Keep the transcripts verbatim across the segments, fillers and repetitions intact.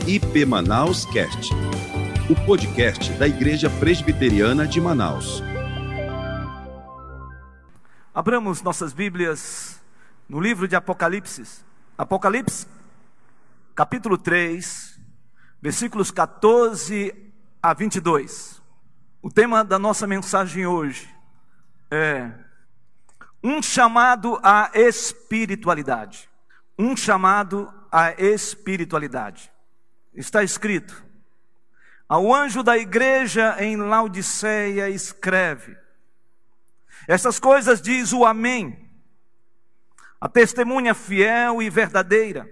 I P Manaus Cast, o podcast da Igreja Presbiteriana de Manaus. Abramos nossas Bíblias no livro de Apocalipse, Apocalipse, capítulo três, versículos catorze a vinte e dois. O tema da nossa mensagem hoje é um chamado à espiritualidade. Um chamado à espiritualidade. Está escrito: ao anjo da igreja em Laodiceia escreve: estas coisas diz o Amém, a testemunha fiel e verdadeira,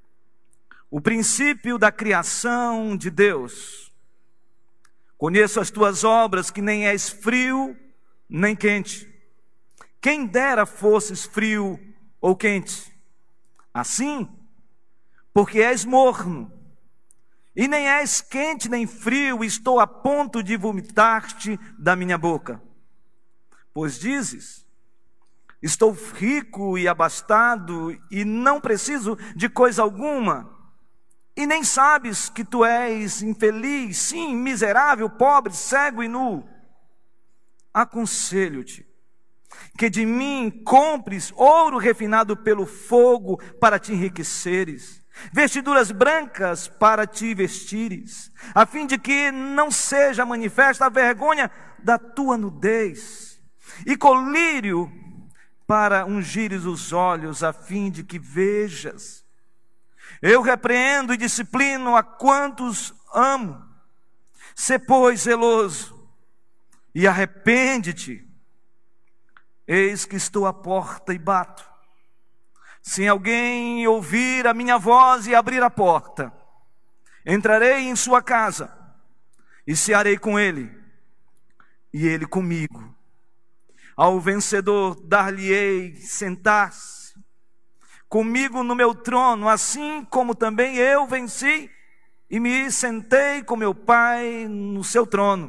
o princípio da criação de Deus. Conheço as tuas obras, que nem és frio nem quente. Quem dera fosses frio ou quente. Assim, porque és morno, e nem és quente nem frio, estou a ponto de vomitar-te da minha boca. Pois dizes: estou rico e abastado, e não preciso de coisa alguma, e nem sabes que tu és infeliz, sim, miserável, pobre, cego e nu. Aconselho-te que de mim compres ouro refinado pelo fogo para te enriqueceres, vestiduras brancas para te vestires, a fim de que não seja manifesta a vergonha da tua nudez, e colírio para ungires os olhos, a fim de que vejas. Eu repreendo e disciplino a quantos amo. Sê, pois, zeloso e arrepende-te. Eis que estou à porta e bato. Se alguém ouvir a minha voz e abrir a porta, entrarei em sua casa e cearei com ele, e ele comigo. Ao vencedor dar-lhe-ei sentar-se comigo no meu trono, assim como também eu venci e me sentei com meu Pai no seu trono.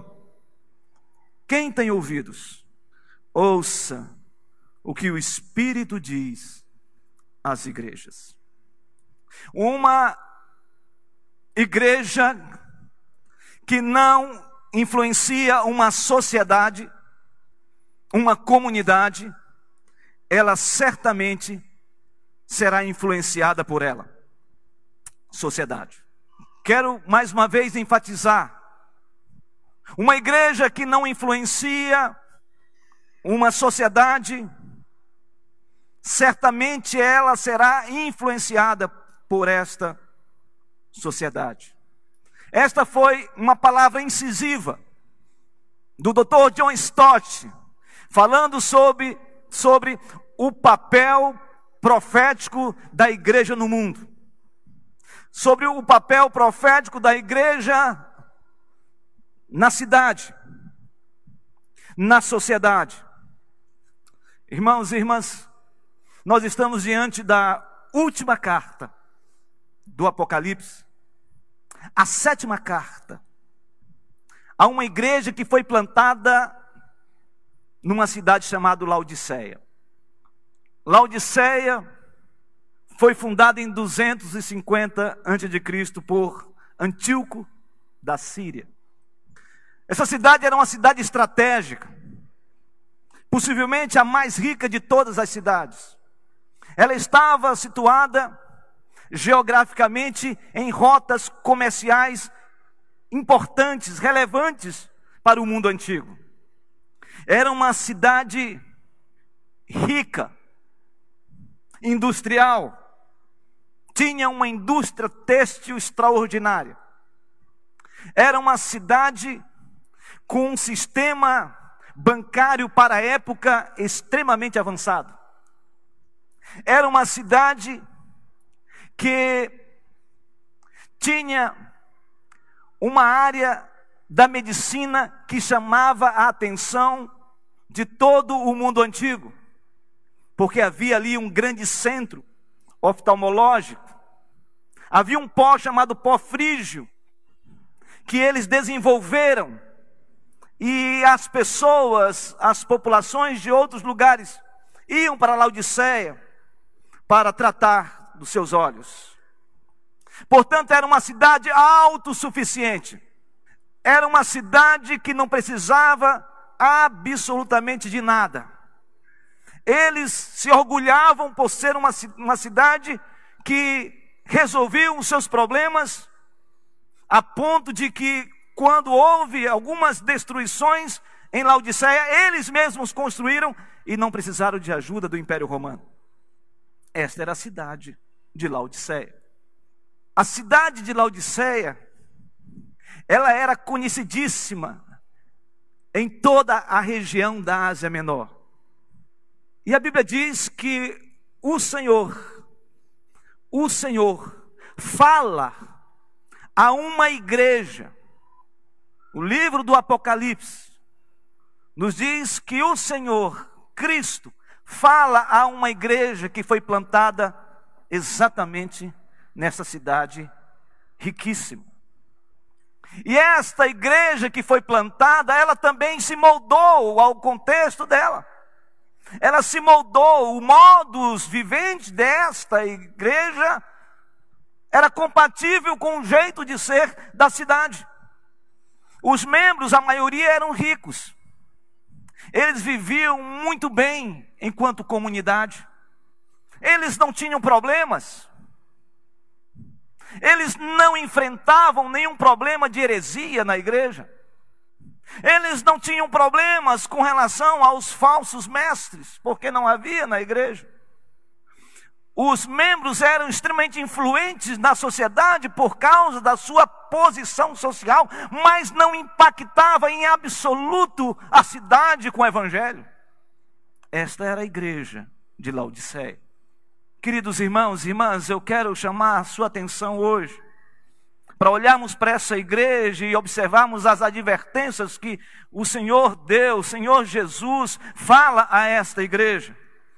Quem tem ouvidos, ouça o que o Espírito diz às igrejas. Uma igreja que não influencia uma sociedade, uma comunidade, ela certamente será influenciada por ela. Sociedade. Quero mais uma vez enfatizar: uma igreja que não influencia uma sociedade, certamente ela será influenciada por esta sociedade. Esta foi uma palavra incisiva do doutor John Stott, falando sobre, sobre o papel profético da igreja no mundo. Sobre o papel profético da igreja na cidade, na sociedade. Irmãos e irmãs, nós estamos diante da última carta do Apocalipse, a sétima carta, a uma igreja que foi plantada numa cidade chamada Laodiceia. Laodiceia foi fundada em duzentos e cinquenta antes de Cristo por Antíoco da Síria. Essa cidade era uma cidade estratégica, possivelmente a mais rica de todas as cidades. Ela estava situada geograficamente em rotas comerciais importantes, relevantes para o mundo antigo. Era uma cidade rica, industrial, tinha uma indústria têxtil extraordinária. Era uma cidade com um sistema bancário para a época extremamente avançado. Era uma cidade que tinha uma área da medicina que chamava a atenção de todo o mundo antigo, porque havia ali um grande centro oftalmológico. Havia um pó chamado pó frígio, que eles desenvolveram, e as pessoas, as populações de outros lugares iam para Laodiceia para tratar dos seus olhos. Portanto, era uma cidade autossuficiente. Era uma cidade que não precisava absolutamente de nada. Eles se orgulhavam por ser uma, uma cidade que resolvia os seus problemas, a ponto de que, quando houve algumas destruições em Laodiceia, eles mesmos construíram e não precisaram de ajuda do Império Romano. Esta era a cidade de Laodiceia. A cidade de Laodiceia, ela era conhecidíssima em toda a região da Ásia Menor. E a Bíblia diz que o Senhor, o Senhor fala a uma igreja. O livro do Apocalipse nos diz que o Senhor, Cristo, fala a uma igreja que foi plantada exatamente nessa cidade riquíssima. E esta igreja que foi plantada, ela também se moldou ao contexto dela. Ela se moldou, o modus vivendi desta igreja era compatível com o jeito de ser da cidade. Os membros, a maioria, eram ricos. Eles viviam muito bem enquanto comunidade. Eles não tinham problemas. Eles não enfrentavam nenhum problema de heresia na igreja. Eles não tinham problemas com relação aos falsos mestres, porque não havia na igreja. Os membros eram extremamente influentes na sociedade por causa da sua posição social, mas não impactava em absoluto a cidade com o evangelho. Esta era a igreja de Laodiceia. Queridos irmãos e irmãs, eu quero chamar a sua atenção hoje para olharmos para essa igreja e observarmos as advertências que o Senhor Deus, o Senhor Jesus, fala a esta igreja.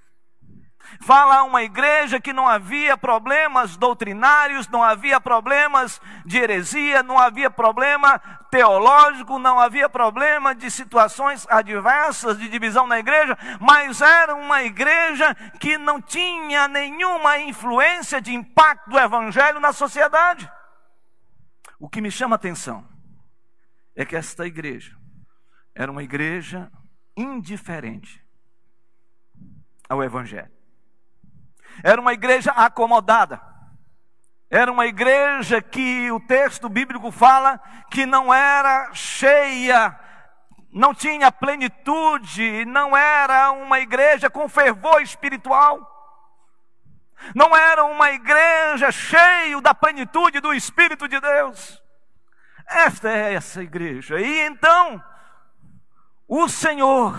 Fala a uma igreja que não havia problemas doutrinários, não havia problemas de heresia, não havia problema teológico, não havia problema de situações adversas, de divisão na igreja, mas era uma igreja que não tinha nenhuma influência de impacto do evangelho na sociedade. O que me chama a atenção é que esta igreja era uma igreja indiferente ao evangelho. Era uma igreja acomodada. Era uma igreja que o texto bíblico fala que não era cheia, não tinha plenitude, não era uma igreja com fervor espiritual. Não era uma igreja cheia da plenitude do Espírito de Deus. Esta é essa igreja. E então, o Senhor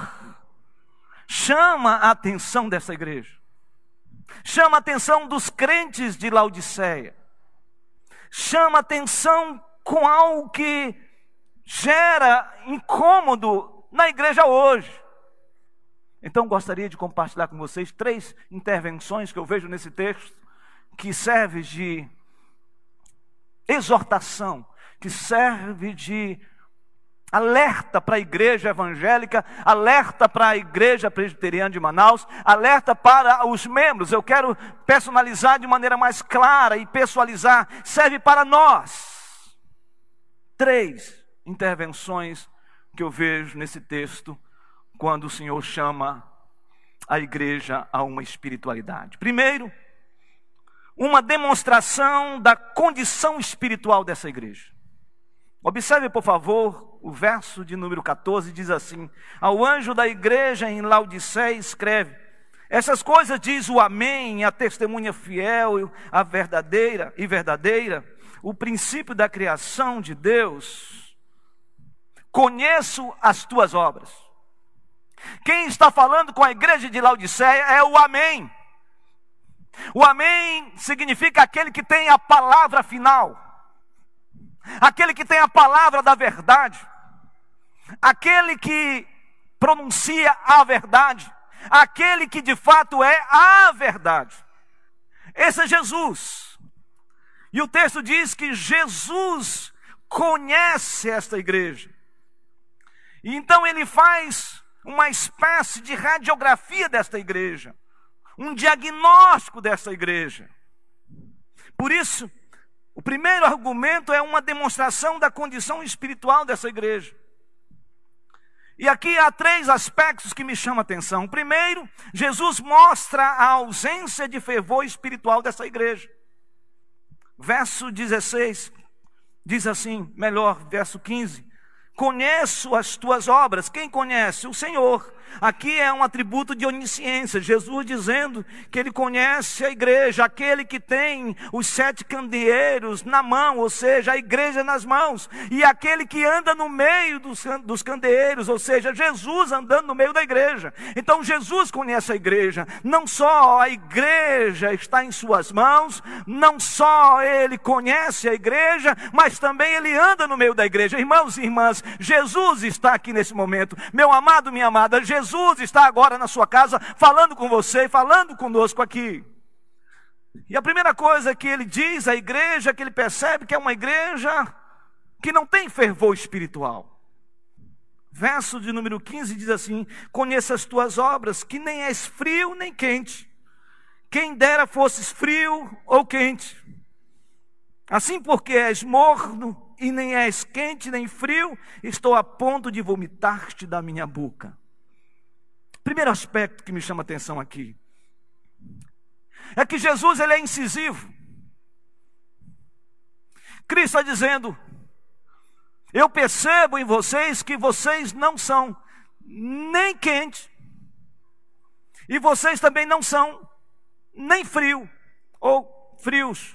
chama a atenção dessa igreja. Chama a atenção dos crentes de Laodiceia. Chama a atenção com algo que gera incômodo na igreja hoje. Então gostaria de compartilhar com vocês três intervenções que eu vejo nesse texto, que serve de exortação, que serve de alerta para a igreja evangélica, alerta para a igreja presbiteriana de Manaus, alerta para os membros. Eu quero personalizar de maneira mais clara e pessoalizar. Serve para nós. Três intervenções que eu vejo nesse texto, quando o Senhor chama a igreja a uma espiritualidade. Primeiro, uma demonstração da condição espiritual dessa igreja. Observe, por favor, o verso de número catorze, diz assim: ao anjo da igreja em Laodiceia escreve: essas coisas diz o Amém, a testemunha fiel, a verdadeira e verdadeira, o princípio da criação de Deus. Conheço as tuas obras. Quem está falando com a igreja de Laodiceia é o Amém. O Amém significa aquele que tem a palavra final, aquele que tem a palavra da verdade, aquele que pronuncia a verdade, aquele que de fato é a verdade. Esse é Jesus. E o texto diz que Jesus conhece esta igreja. E então ele faz uma espécie de radiografia desta igreja, um diagnóstico desta igreja. Por isso, O primeiro argumento é uma demonstração da condição espiritual dessa igreja. E aqui há três aspectos que me chamam a atenção. Primeiro, Jesus mostra a ausência de fervor espiritual dessa igreja. Verso dezesseis diz assim, melhor, verso quinze. Conheço as tuas obras. Quem conhece? O Senhor. Aqui é um atributo de onisciência. Jesus dizendo que Ele conhece a igreja, aquele que tem os sete candeeiros na mão, ou seja, a igreja nas mãos, e aquele que anda no meio dos, dos candeeiros, ou seja, Jesus andando no meio da igreja. Então Jesus conhece a igreja. Não só a igreja está em suas mãos, não só Ele conhece a igreja, mas também Ele anda no meio da igreja. Irmãos e irmãs, Jesus está aqui nesse momento. Meu amado, minha amada, Jesus está agora na sua casa, falando com você e falando conosco aqui. E a primeira coisa que ele diz à igreja, que ele percebe que é uma igreja que não tem fervor espiritual. Verso de número quinze diz assim: conheça as tuas obras, que nem és frio nem quente. Quem dera fosses frio ou quente. Assim, porque és morno e nem és quente nem frio, estou a ponto de vomitar-te da minha boca. Primeiro aspecto que me chama a atenção aqui é que Jesus, ele é incisivo. Cristo está dizendo: eu percebo em vocês que vocês não são nem quente, e vocês também não são nem frio ou frios.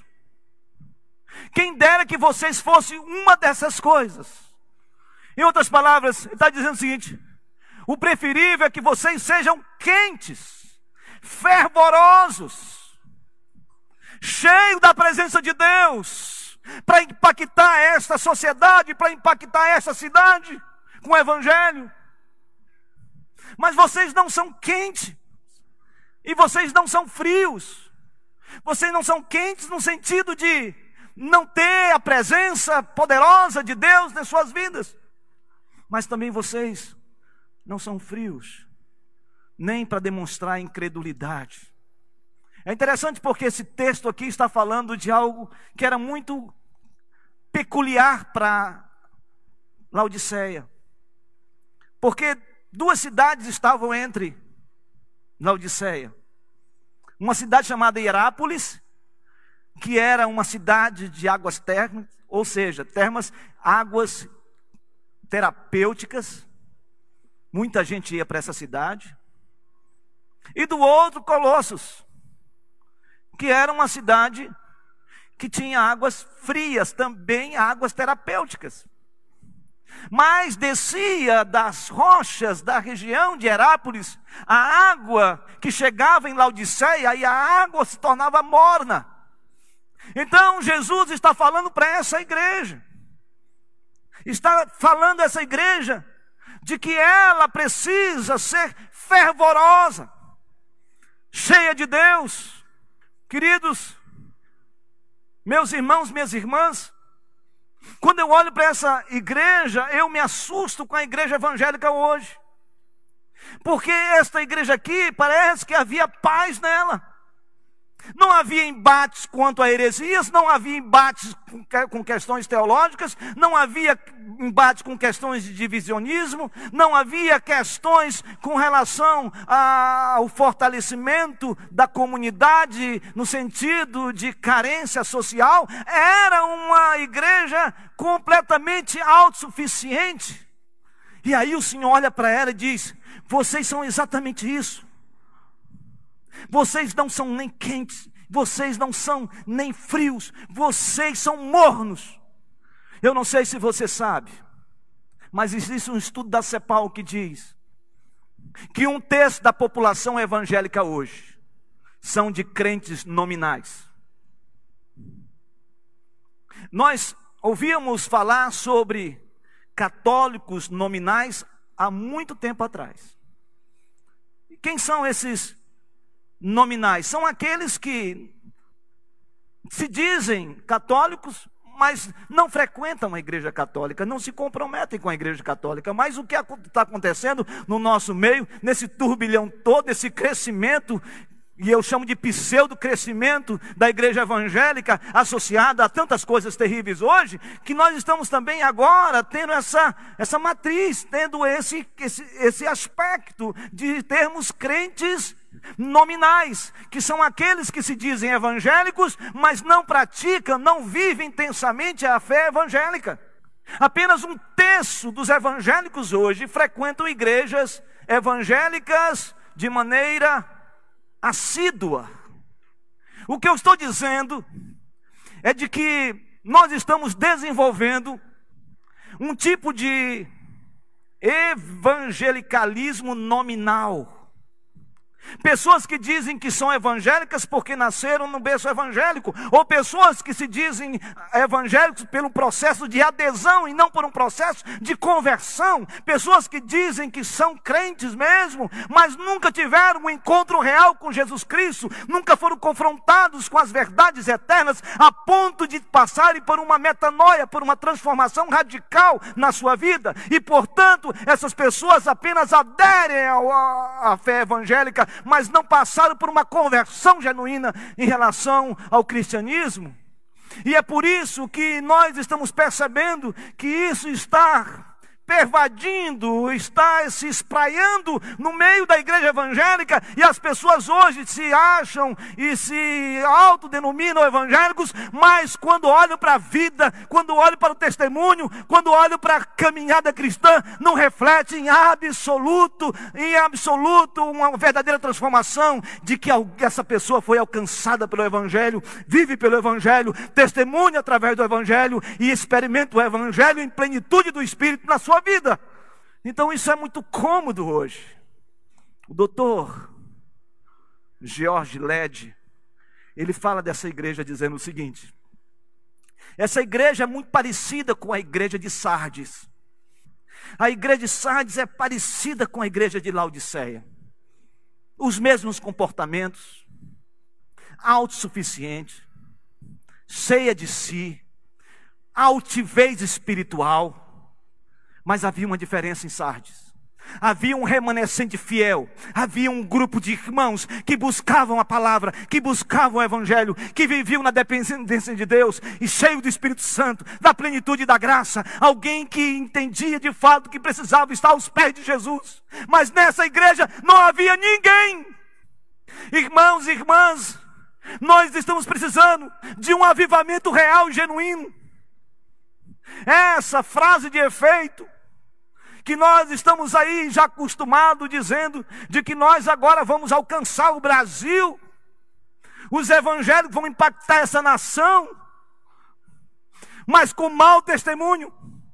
Quem dera que vocês fossem uma dessas coisas. Em outras palavras, ele está dizendo o seguinte: o preferível é que vocês sejam quentes, fervorosos, cheios da presença de Deus, para impactar esta sociedade, para impactar esta cidade com o Evangelho. Mas vocês não são quentes, e vocês não são frios. Vocês não são quentes no sentido de não ter a presença poderosa de Deus nas suas vidas. Mas também vocês não são frios, nem para demonstrar incredulidade. É interessante porque esse texto aqui está falando de algo que era muito peculiar para Laodiceia. Porque duas cidades estavam entre Laodiceia. Uma cidade chamada Hierápolis, que era uma cidade de águas termas, ou seja, termas, águas terapêuticas. Muita gente ia para essa cidade. E do outro, Colossos, que era uma cidade que tinha águas frias, também águas terapêuticas. Mas descia das rochas da região de Hierápolis a água que chegava em Laodiceia, e a água se tornava morna. Então Jesus está falando para essa igreja, está falando essa igreja de que ela precisa ser fervorosa, cheia de Deus. Queridos, meus irmãos, minhas irmãs, quando eu olho para essa igreja, eu me assusto com a igreja evangélica hoje. Porque esta igreja aqui, parece que havia paz nela. Não havia embates quanto a heresias, não havia embates com questões teológicas, não havia embates com questões de divisionismo, não havia questões com relação ao fortalecimento da comunidade no sentido de carência social. Era uma igreja completamente autossuficiente. E aí o Senhor olha para ela e diz: vocês são exatamente isso. Vocês não são nem quentes, vocês não são nem frios, vocês são mornos. Eu não sei se você sabe, mas existe um estudo da CEPAL que diz que um terço da população evangélica hoje são de crentes nominais. Nós ouvíamos falar sobre católicos nominais há muito tempo atrás. E quem são esses nominais? São aqueles que se dizem católicos, mas não frequentam a igreja católica, não se comprometem com a igreja católica. Mas o que está acontecendo no nosso meio, nesse turbilhão todo, esse crescimento e eu chamo de pseudo-crescimento da igreja evangélica, associada a tantas coisas terríveis hoje, que nós estamos também agora tendo essa, essa matriz, tendo esse, esse, esse aspecto de termos crentes nominais, que são aqueles que se dizem evangélicos, mas não praticam, não vivem intensamente a fé evangélica. Apenas um terço dos evangélicos hoje frequentam igrejas evangélicas de maneira assídua. O que eu estou dizendo é de que nós estamos desenvolvendo um tipo de evangelicalismo nominal. Pessoas que dizem que são evangélicas porque nasceram no berço evangélico, ou pessoas que se dizem evangélicos pelo processo de adesão e não por um processo de conversão, pessoas que dizem que são crentes mesmo, mas nunca tiveram um encontro real com Jesus Cristo, nunca foram confrontados com as verdades eternas, a ponto de passarem por uma metanoia, por uma transformação radical na sua vida, e portanto essas pessoas apenas aderem à fé evangélica, mas não passaram por uma conversão genuína em relação ao cristianismo. E é por isso que nós estamos percebendo que isso está pervadindo, está se espraiando no meio da igreja evangélica, e as pessoas hoje se acham e se autodenominam evangélicos, mas quando olham para a vida, quando olham para o testemunho, quando olham para a caminhada cristã, não refletem em absoluto, em absoluto, uma verdadeira transformação de que essa pessoa foi alcançada pelo evangelho, vive pelo evangelho, testemunha através do evangelho e experimenta o evangelho em plenitude do Espírito na sua vida. Então isso é muito cômodo hoje. O doutor George Led, ele fala dessa igreja dizendo o seguinte: essa igreja é muito parecida com a igreja de Sardes. A igreja de Sardes é parecida com a igreja de Laodiceia. Os mesmos comportamentos, autossuficiente, cheia de si, altivez espiritual. Mas havia uma diferença em Sardes. Havia um remanescente fiel, havia um grupo de irmãos que buscavam a palavra, que buscavam o evangelho, que viviam na dependência de Deus e cheio do Espírito Santo, da plenitude da graça. Alguém que entendia de fato que precisava estar aos pés de Jesus. Mas nessa igreja não havia ninguém. Irmãos e irmãs, nós estamos precisando de um avivamento real e genuíno. Essa frase de efeito que nós estamos aí já acostumados dizendo de que nós agora vamos alcançar o Brasil, os evangélicos vão impactar essa nação, mas com mau testemunho,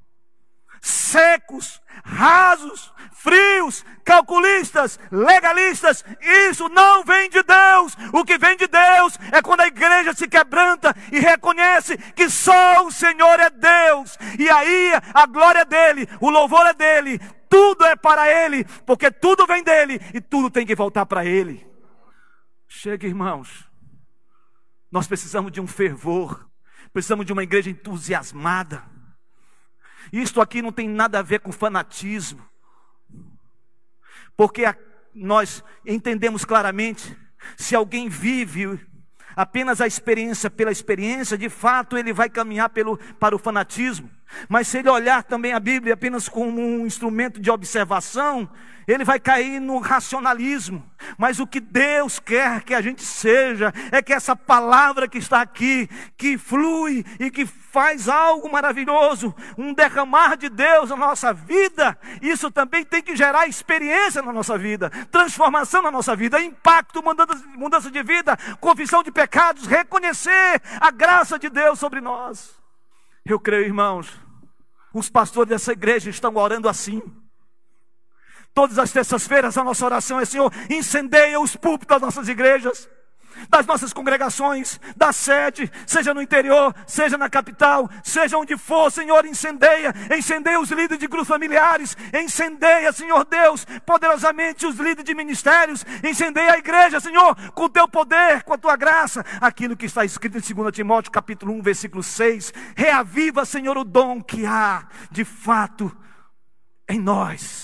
secos, rasos, frios, calculistas, legalistas. Isso não vem de Deus. O que vem de Deus é quando a igreja se quebranta e reconhece que só o Senhor é Deus, e aí a glória é dele, o louvor é dele, tudo é para ele, porque tudo vem dele e tudo tem que voltar para ele. Chega, irmãos, nós precisamos de um fervor, precisamos de uma igreja entusiasmada. Isto aqui não tem nada a ver com fanatismo, porque a, nós entendemos claramente, se alguém vive apenas a experiência pela experiência, de fato ele vai caminhar pelo, para o fanatismo. Mas se ele olhar também a Bíblia apenas como um instrumento de observação, ele vai cair no racionalismo. Mas o que Deus quer que a gente seja é que essa palavra que está aqui, que flui e que faz algo maravilhoso, um derramar de Deus na nossa vida, isso também tem que gerar experiência na nossa vida, transformação na nossa vida, impacto, mudança de vida, confissão de pecados, reconhecer a graça de Deus sobre nós. Eu creio, irmãos, os pastores dessa igreja estão orando assim. Todas as terças-feiras a nossa oração é: Senhor, incendeia os púlpitos das nossas igrejas, das nossas congregações, da sede, seja no interior, seja na capital, seja onde for. Senhor, incendeia, incendeia os líderes de grupos familiares, incendeia, Senhor Deus, poderosamente os líderes de ministérios, incendeia a igreja, Senhor, com o teu poder, com a tua graça. Aquilo que está escrito em dois Timóteo capítulo um, versículo seis, reaviva, Senhor, o dom que há de fato em nós,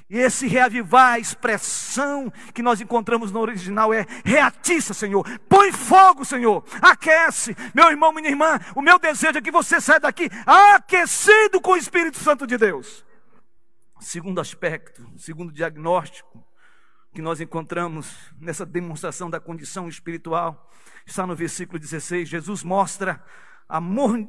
E esse reavivar, a expressão que nós encontramos no original é: reatiça, Senhor, põe fogo, Senhor, aquece. Meu irmão, minha irmã, o meu desejo é que você saia daqui aquecido com o Espírito Santo de Deus. Segundo aspecto, segundo diagnóstico que nós encontramos nessa demonstração da condição espiritual, está no versículo dezesseis. Jesus mostra a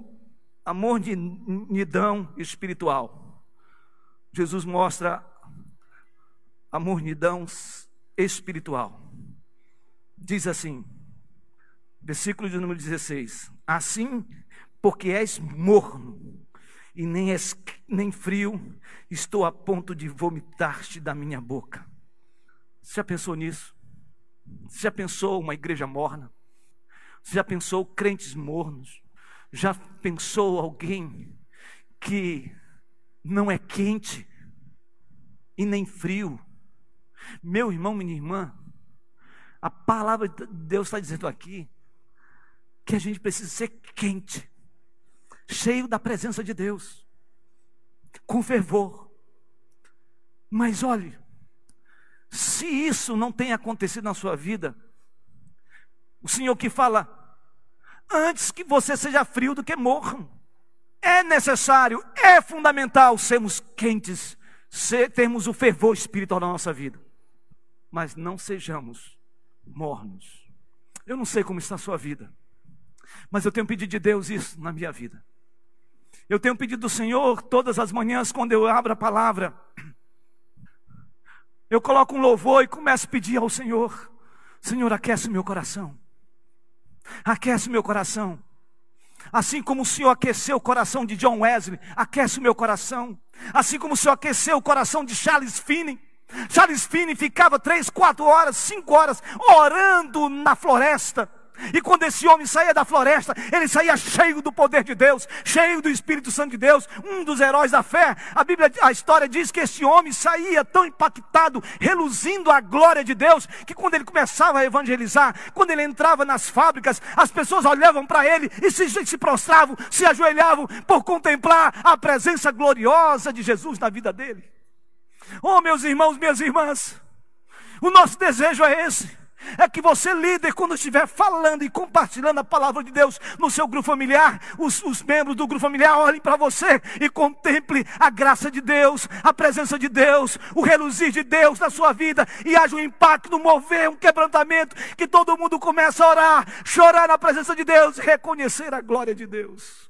mornidão espiritual. Jesus mostra a mornidão espiritual. Diz assim, versículo de número dezesseis: assim, porque és morno e nem és nem frio, estou a ponto de vomitar-te da minha boca. Você já pensou nisso? Você já pensou uma igreja morna? Você já pensou crentes mornos? Já pensou alguém que não é quente e nem frio? Meu irmão, minha irmã, a palavra de Deus está dizendo aqui que a gente precisa ser quente, cheio da presença de Deus, com fervor. Mas olhe, se isso não tem acontecido na sua vida, o Senhor que fala: antes que você seja frio do que morno. É necessário, é fundamental sermos quentes, ser, termos o fervor espiritual na nossa vida, mas não sejamos mornos. Eu não sei como está a sua vida, mas eu tenho pedido de Deus isso na minha vida. Eu tenho pedido do Senhor todas as manhãs, quando eu abro a palavra, eu coloco um louvor e começo a pedir ao Senhor: Senhor, aquece meu coração, aquece meu coração. Assim como o Senhor aqueceu o coração de John Wesley, aquece o meu coração. Assim como o Senhor aqueceu o coração de Charles Finney. Charles Finney ficava três, quatro horas, cinco horas orando na floresta. E quando esse homem saía da floresta, ele saía cheio do poder de Deus, cheio do Espírito Santo de Deus, um dos heróis da fé. A Bíblia, a história diz que esse homem saía tão impactado, reluzindo a glória de Deus, que quando ele começava a evangelizar, quando ele entrava nas fábricas, as pessoas olhavam para ele e se, se prostravam, se ajoelhavam por contemplar a presença gloriosa de Jesus na vida dele. Oh, meus irmãos, minhas irmãs, o nosso desejo é esse. É que você, líder, quando estiver falando e compartilhando a palavra de Deus no seu grupo familiar, os, os membros do grupo familiar olhem para você e contemple a graça de Deus, a presença de Deus, o reluzir de Deus na sua vida, e haja um impacto, um mover, um quebrantamento, que todo mundo comece a orar, chorar na presença de Deus e reconhecer a glória de Deus.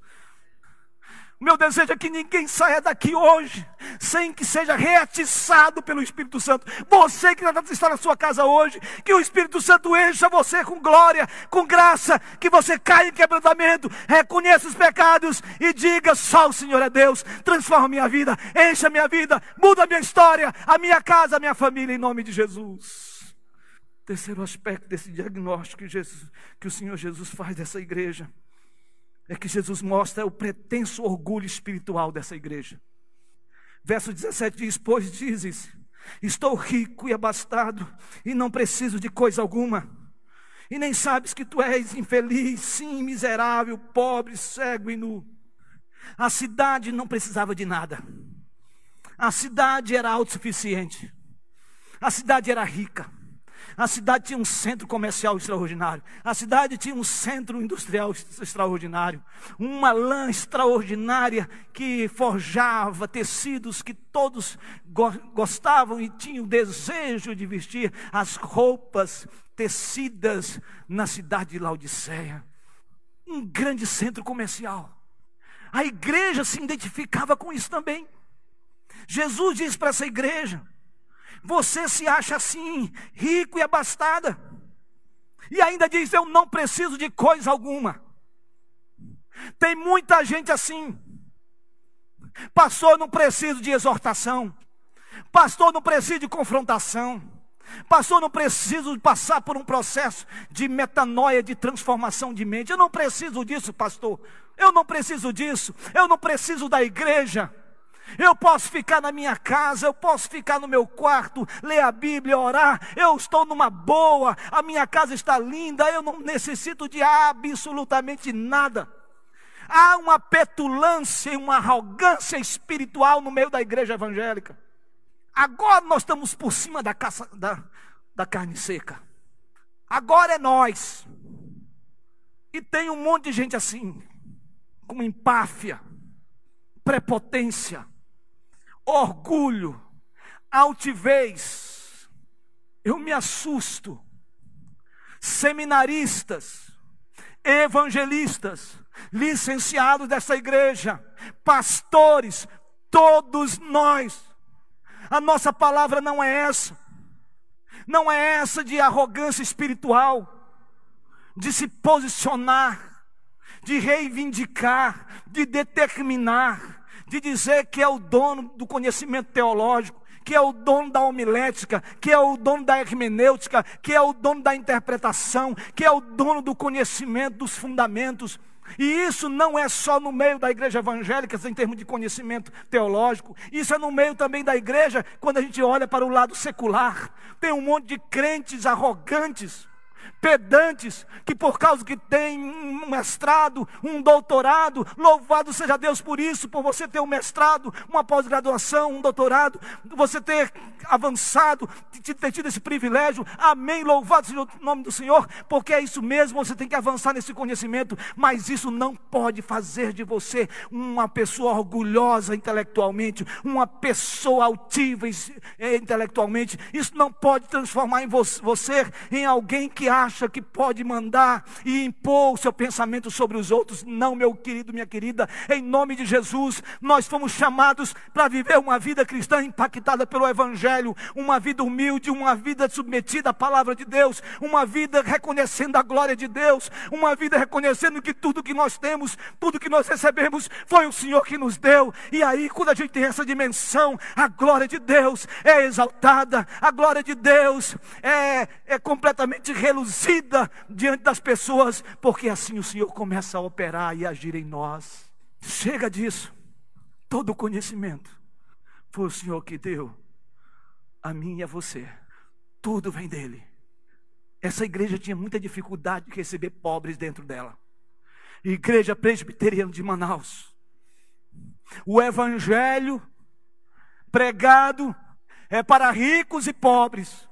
O meu desejo é que ninguém saia daqui hoje sem que seja reatiçado pelo Espírito Santo. Você que está na sua casa hoje, que o Espírito Santo encha você com glória, com graça, que você caia em quebrantamento, reconheça os pecados e diga: só o Senhor é Deus. Transforma a minha vida, encha a minha vida, muda a minha história, a minha casa, a minha família, em nome de Jesus. Terceiro aspecto desse diagnóstico que, Jesus, que o Senhor Jesus faz dessa igreja é que Jesus mostra o pretenso orgulho espiritual dessa igreja. Verso dezessete diz: pois dizes, estou rico e abastado, e não preciso de coisa alguma, e nem sabes que tu és infeliz, sim, miserável, pobre, cego e nu. A cidade não precisava de nada. A cidade era autossuficiente. A cidade era rica. A cidade tinha um centro comercial extraordinário. A cidade tinha um centro industrial extraordinário. Uma lã extraordinária que forjava tecidos que todos go- gostavam e tinham desejo de vestir. As roupas tecidas na cidade de Laodiceia. Um grande centro comercial. A igreja se identificava com isso também. Jesus diz para essa igreja: você se acha assim, rico e abastada, e ainda diz: eu não preciso de coisa alguma. Tem muita gente assim. Pastor, não preciso de exortação. Pastor, não preciso de confrontação. Pastor, não preciso passar por um processo de metanoia, de transformação de mente. Eu não preciso disso, pastor. Eu não preciso disso. Eu não preciso da igreja. Eu posso ficar na minha casa, eu posso ficar no meu quarto, ler a Bíblia, orar. Eu estou numa boa, a minha casa está linda, eu não necessito de absolutamente nada. Há uma petulância e uma arrogância espiritual no meio da igreja evangélica. agora nós estamos por cima da, caça, da, da carne seca. Agora é nós. E tem um monte de gente assim, com empáfia, prepotência, orgulho, altivez. Eu me assusto. Seminaristas, evangelistas, licenciados dessa igreja, pastores, todos nós. A nossa palavra não é essa. Não é essa de arrogância espiritual, de se posicionar, de reivindicar, de determinar, de dizer que é o dono do conhecimento teológico, que é o dono da homilética, que é o dono da hermenêutica, que é o dono da interpretação, que é o dono do conhecimento dos fundamentos. E isso não é só no meio da igreja evangélica, em termos de conhecimento teológico. Isso é no meio também da igreja, quando a gente olha para o lado secular. Tem um monte de crentes arrogantes, pedantes, que por causa que tem um mestrado, um doutorado, louvado seja Deus por isso, por você ter um mestrado, uma pós-graduação, um doutorado, você ter avançado, ter tido esse privilégio, amém, louvado seja o nome do Senhor, porque é isso mesmo, você tem que avançar nesse conhecimento, mas isso não pode fazer de você uma pessoa orgulhosa intelectualmente, uma pessoa altiva intelectualmente. Isso não pode transformar em você em alguém que acha que pode mandar e impor o seu pensamento sobre os outros. Não, meu querido, minha querida, em nome de Jesus, nós fomos chamados para viver uma vida cristã impactada pelo Evangelho, uma vida humilde, uma vida submetida à palavra de Deus, uma vida reconhecendo a glória de Deus, uma vida reconhecendo que tudo que nós temos, tudo que nós recebemos, foi o Senhor que nos deu. E aí, quando a gente tem essa dimensão, a glória de Deus é exaltada, a glória de Deus é, é completamente reluzida diante das pessoas, porque assim o Senhor começa a operar e agir em nós. Chega disso. Todo o conhecimento foi o Senhor que deu a mim e a você. Tudo vem dele. Essa igreja tinha muita dificuldade de receber pobres dentro dela. Igreja Presbiteriana de Manaus. O evangelho pregado é para ricos e pobres,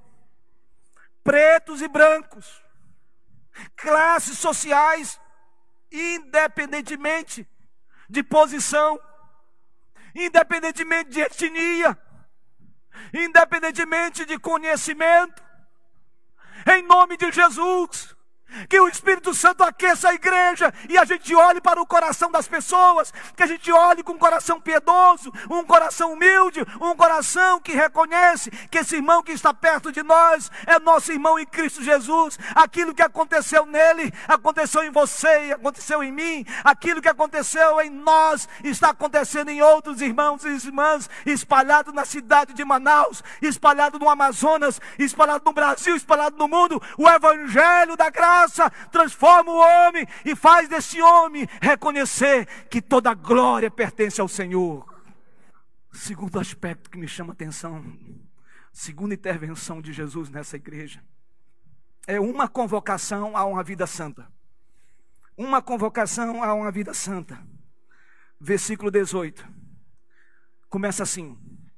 pretos e brancos, classes sociais, independentemente de posição, independentemente de etnia, independentemente de conhecimento. Em nome de Jesus, que o Espírito Santo aqueça a igreja e a gente olhe para o coração das pessoas, que a gente olhe com um coração piedoso, um coração humilde, um coração que reconhece que esse irmão que está perto de nós é nosso irmão em Cristo Jesus. Aquilo que aconteceu nele, aconteceu em você e aconteceu em mim. Aquilo que aconteceu em nós está acontecendo em outros irmãos e irmãs espalhados na cidade de Manaus, espalhados no Amazonas, espalhados no Brasil, espalhados no mundo. O Evangelho da graça transforma o homem e faz desse homem reconhecer que toda a glória pertence ao Senhor. Segundo aspecto que me chama a atenção, segunda intervenção de Jesus nessa igreja, é uma convocação a uma vida santa. Uma convocação a uma vida santa. Versículo dezoito. Começa assim: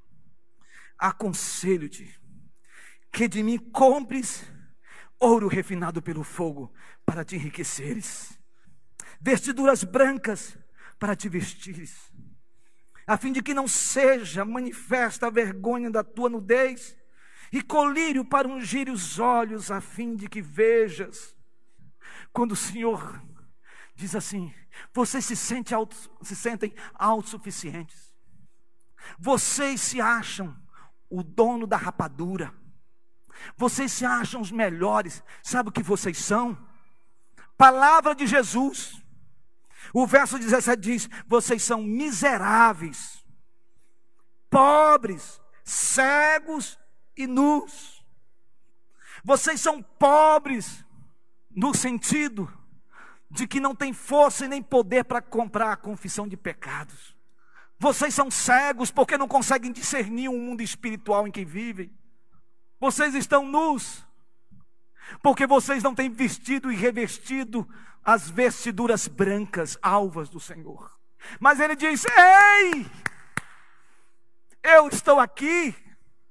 aconselho-te que de mim compres ouro refinado pelo fogo, para te enriqueceres, vestiduras brancas para te vestires, a fim de que não seja manifesta a vergonha da tua nudez, e colírio para ungir os olhos, a fim de que vejas. Quando o Senhor diz assim, vocês se sentem, auto, se sentem autossuficientes, vocês se acham o dono da rapadura, vocês se acham os melhores. Sabe o que vocês são? Palavra de Jesus. O verso dezessete diz: vocês são miseráveis, pobres, cegos e nus. Vocês são pobres no sentido de que não tem força e nem poder para comprar a confissão de pecados. Vocês são cegos porque não conseguem discernir o mundo espiritual em que vivem. Vocês estão nus porque vocês não têm vestido e revestido as vestiduras brancas, alvas do Senhor. Mas ele diz: ei, eu estou aqui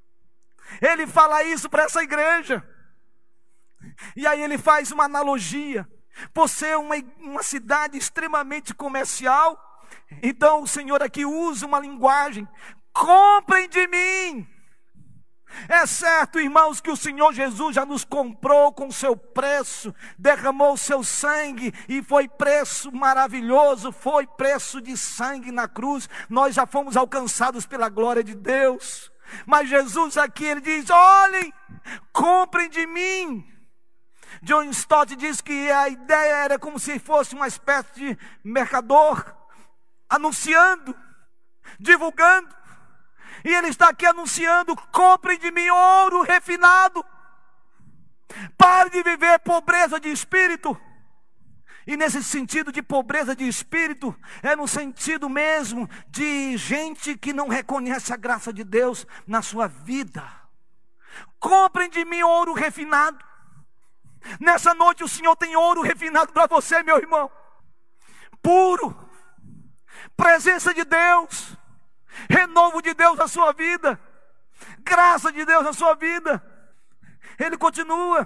Ele fala isso para essa igreja. E aí ele faz uma analogia. Por ser uma, uma cidade extremamente comercial, então o Senhor aqui usa uma linguagem: comprem de mim. É certo, irmãos, que o Senhor Jesus já nos comprou com seu preço, derramou o seu sangue, e foi preço maravilhoso, foi preço de sangue na cruz. Nós já fomos alcançados pela glória de Deus. Mas Jesus aqui, ele diz: olhem, comprem de mim. John Stott diz que a ideia era como se fosse uma espécie de mercador, anunciando, divulgando. E ele está aqui anunciando: comprem de mim ouro refinado. Pare de viver pobreza de espírito. E nesse sentido de pobreza de espírito, é no sentido mesmo de gente que não reconhece a graça de Deus na sua vida. Comprem de mim ouro refinado. Nessa noite o Senhor tem ouro refinado para você, meu irmão. Puro. Presença de Deus. Renovo de Deus na sua vida. Graça de Deus na sua vida. Ele continua: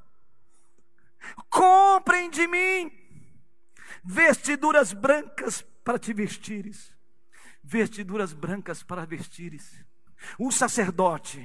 comprem de mim vestiduras brancas para te vestires. Vestiduras brancas para vestires. O sacerdote,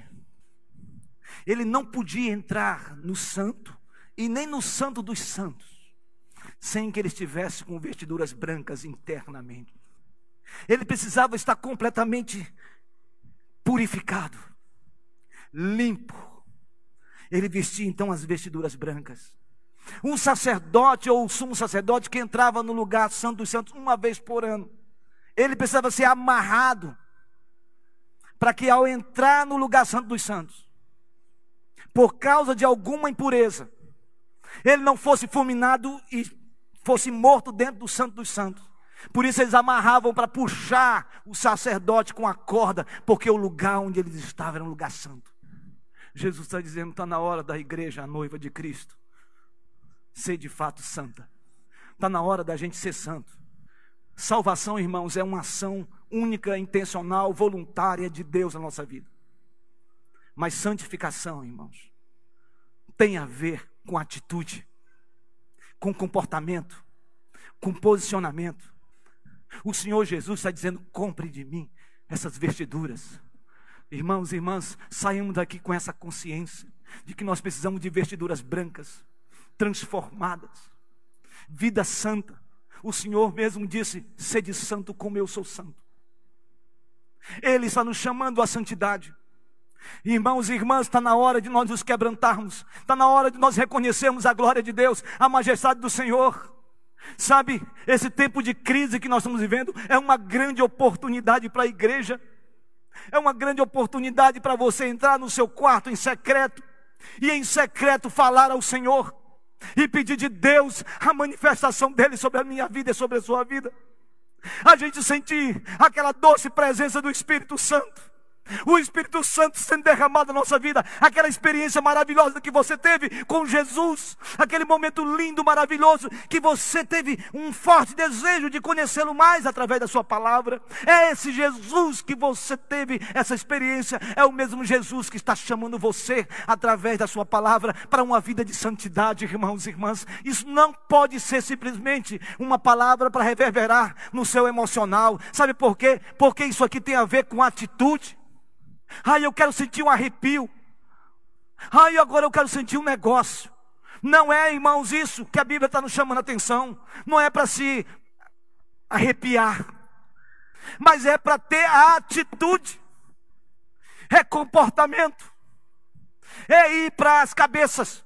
ele não podia entrar no santo e nem no santo dos santos sem que ele estivesse com vestiduras brancas internamente. Ele precisava estar completamente purificado, limpo. Ele vestia então as vestiduras brancas. Um sacerdote ou o sumo sacerdote que entrava no lugar santo dos santos uma vez por ano, ele precisava ser amarrado, para que ao entrar no lugar santo dos santos, por causa de alguma impureza, ele não fosse fulminado e fosse morto dentro do santo dos santos. Por isso eles amarravam para puxar o sacerdote com a corda, porque o lugar onde eles estavam era um lugar santo. Jesus está dizendo: está na hora da igreja, a noiva de Cristo, ser de fato santa. Está na hora da gente ser santo. Salvação, irmãos, é uma ação única, intencional, voluntária de Deus na nossa vida. Mas santificação, irmãos, tem a ver com atitude, com comportamento, com posicionamento. O Senhor Jesus está dizendo: compre de mim essas vestiduras. Irmãos e irmãs, saímos daqui com essa consciência de que nós precisamos de vestiduras brancas, transformadas, vida santa. O Senhor mesmo disse: sede santo como eu sou santo. Ele está nos chamando à santidade. Irmãos e irmãs, está na hora de nós nos quebrantarmos. Está na hora de nós reconhecermos a glória de Deus, a majestade do Senhor. Sabe, esse tempo de crise que nós estamos vivendo é uma grande oportunidade para a igreja. É uma grande oportunidade para você entrar no seu quarto em secreto e em secreto falar ao Senhor e pedir de Deus a manifestação dele sobre a minha vida e sobre a sua vida. A gente sentir aquela doce presença do Espírito Santo, o Espírito Santo sendo derramado na nossa vida, aquela experiência maravilhosa que você teve com Jesus, aquele momento lindo, maravilhoso, que você teve um forte desejo de conhecê-lo mais através da sua palavra. É esse Jesus que você teve essa experiência, é o mesmo Jesus que está chamando você através da sua palavra para uma vida de santidade, irmãos e irmãs. Isso não pode ser simplesmente uma palavra para reverberar no seu emocional. Sabe por quê? Porque isso aqui tem a ver com atitude. Ai, eu quero sentir um arrepio. Ai, agora eu quero sentir um negócio. Não é, irmãos, isso que a Bíblia está nos chamando a atenção. Não é para se arrepiar, mas é para ter a atitude. É comportamento. É ir para as cabeças.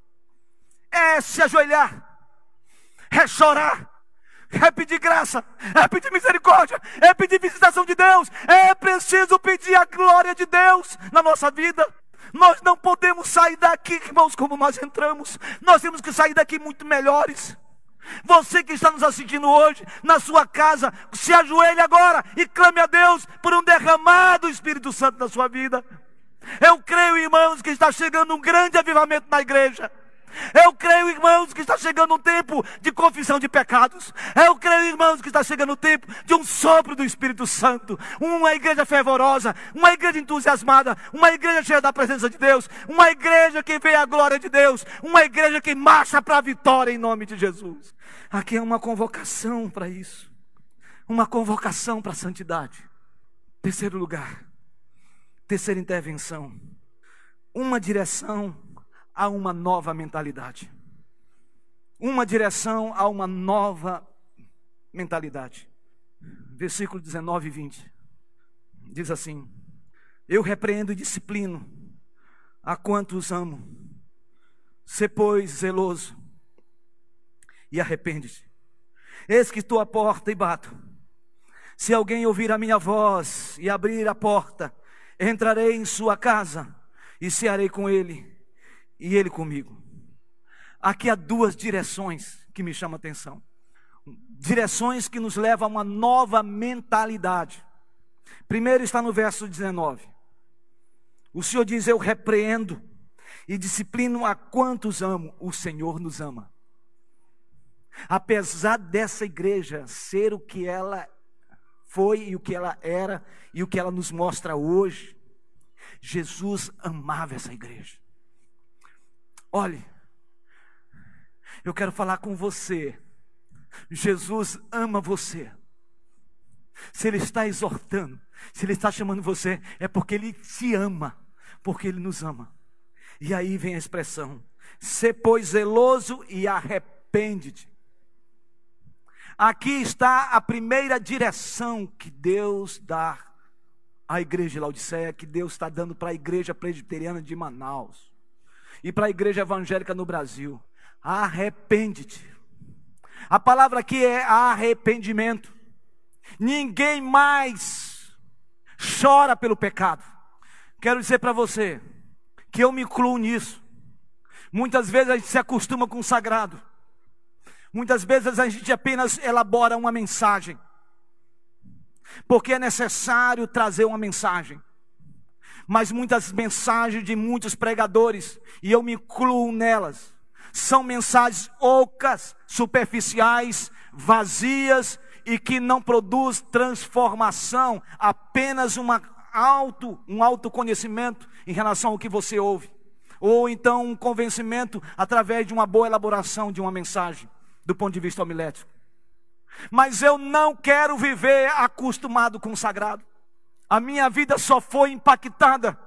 É se ajoelhar. É chorar. É pedir graça, é pedir misericórdia, é pedir visitação de Deus. É preciso pedir a glória de Deus na nossa vida. Nós não podemos sair daqui, irmãos, como nós entramos. Nós temos que sair daqui muito melhores. Você que está nos assistindo hoje, na sua casa, se ajoelhe agora e clame a Deus por um derramado Espírito Santo na sua vida. Eu creio, irmãos, que está chegando um grande avivamento na igreja. Eu creio, irmãos, que está chegando um tempo de confissão de pecados. Eu creio, irmãos, que está chegando o tempo de um sopro do Espírito Santo. Uma igreja fervorosa, uma igreja entusiasmada, uma igreja cheia da presença de Deus, uma igreja que vê a glória de Deus, uma igreja que marcha para a vitória em nome de Jesus. Aqui é uma convocação para isso. Uma convocação para a santidade. Terceiro lugar, terceira intervenção, uma direção a uma nova mentalidade. Uma direção a uma nova mentalidade. Versículo dezenove e vinte. Diz assim: eu repreendo e disciplino a quantos amo. Sê, pois, zeloso e arrepende-te. Eis que estou à porta e bato. Se alguém ouvir a minha voz e abrir a porta, entrarei em sua casa e cearei com ele e ele comigo. Aqui há duas direções que me chamam a atenção. Direções que nos levam a uma nova mentalidade. Primeiro está no verso dezenove. O Senhor diz: eu repreendo e disciplino a quantos amo. O Senhor nos ama. Apesar dessa igreja ser o que ela foi e o que ela era e o que ela nos mostra hoje, Jesus amava essa igreja. Olhe, eu quero falar com você. Jesus ama você. Se Ele está exortando, se Ele está chamando você, é porque Ele te ama, porque Ele nos ama. E aí vem a expressão: sê, pois, zeloso e arrepende-te. Aqui está a primeira direção que Deus dá à igreja de Laodiceia, que Deus está dando para a igreja presbiteriana de Manaus e para a igreja evangélica no Brasil. Arrepende-te. A palavra aqui é arrependimento. Ninguém mais chora pelo pecado. Quero dizer para você que eu me incluo nisso. Muitas vezes a gente se acostuma com o sagrado. Muitas vezes a gente apenas elabora uma mensagem, porque é necessário trazer uma mensagem. Mas muitas mensagens de muitos pregadores, e eu me incluo nelas, são mensagens ocas, superficiais, vazias e que não produz transformação, apenas uma auto, um autoconhecimento em relação ao que você ouve, ou então um convencimento através de uma boa elaboração de uma mensagem, do ponto de vista homilético. Mas eu não quero viver acostumado com o sagrado. A minha vida só foi impactada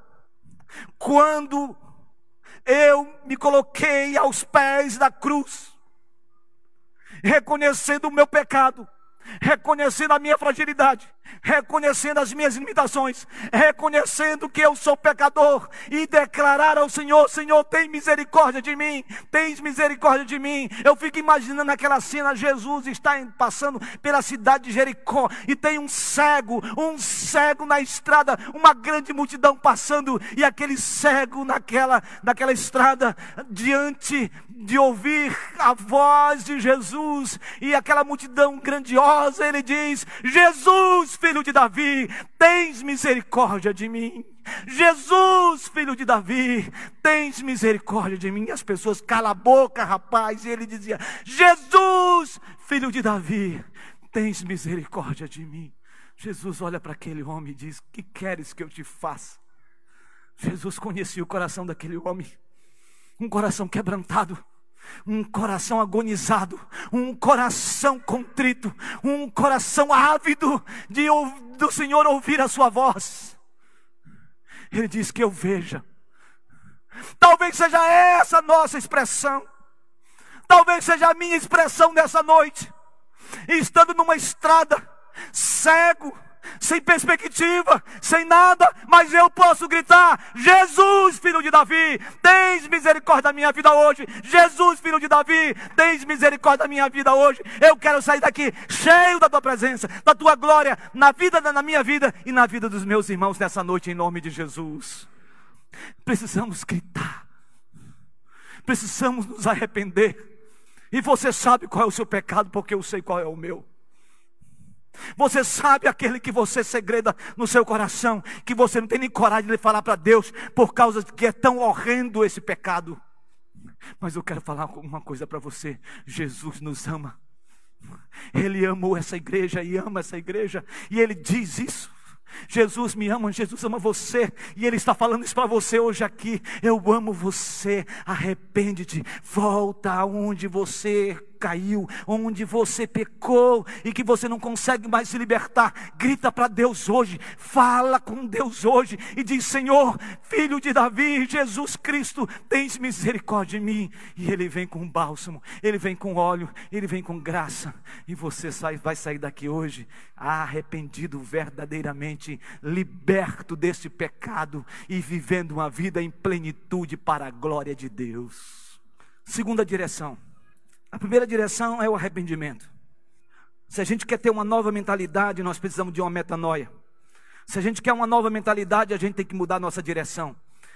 quando eu me coloquei aos pés da cruz, reconhecendo o meu pecado, reconhecendo a minha fragilidade, reconhecendo as minhas limitações, reconhecendo que eu sou pecador, e declarar ao Senhor: Senhor, tem misericórdia de mim, tens misericórdia de mim. Eu fico imaginando aquela cena: Jesus está passando pela cidade de Jericó, e tem um cego, um cego na estrada, uma grande multidão passando, e aquele cego naquela, naquela estrada, diante de ouvir a voz de Jesus, e aquela multidão grandiosa, ele diz: Jesus, filho de Davi, tens misericórdia de mim. Jesus, filho de Davi, tens misericórdia de mim. E as pessoas: cala a boca, rapaz. E ele dizia: Jesus, filho de Davi, tens misericórdia de mim. Jesus olha para aquele homem e diz: que queres que eu te faça? Jesus conhecia o coração daquele homem, um coração quebrantado, um coração agonizado, um coração contrito, um coração ávido de do Senhor ouvir a sua voz. Ele diz: que eu veja. Talvez seja essa a nossa expressão, talvez seja a minha expressão nessa noite, estando numa estrada, cego, sem perspectiva, sem nada, mas eu posso gritar: Jesus, filho de Davi, tens misericórdia da minha vida hoje. Jesus, filho de Davi, tens misericórdia da minha vida hoje. Eu quero sair daqui cheio da tua presença, da tua glória, na vida, na minha vida e na vida dos meus irmãos nessa noite, em nome de Jesus. Precisamos gritar, precisamos nos arrepender. E você sabe qual é o seu pecado, porque eu sei qual é o meu. Você sabe aquele que você segreda no seu coração, que você não tem nem coragem de falar para Deus, por causa de que é tão horrendo esse pecado. Mas eu quero falar uma coisa para você: Jesus nos ama. Ele amou essa igreja e ama essa igreja, e Ele diz isso. Jesus me ama, Jesus ama você, e Ele está falando isso para você hoje aqui. Eu amo você, arrepende-te, volta aonde você caiu, onde você pecou e que você não consegue mais se libertar. Grita para Deus hoje, fala com Deus hoje e diz: Senhor, Filho de Davi, Jesus Cristo, tens misericórdia de mim. E Ele vem com bálsamo, Ele vem com óleo, Ele vem com graça, e você sai, vai sair daqui hoje arrependido verdadeiramente, liberto deste pecado e vivendo uma vida em plenitude para a glória de Deus. Segunda direção. A primeira direção é o arrependimento. Se a gente quer ter uma nova mentalidade, nós precisamos de uma metanoia. Se a gente quer uma nova mentalidade, a gente tem que mudar a nossa direção.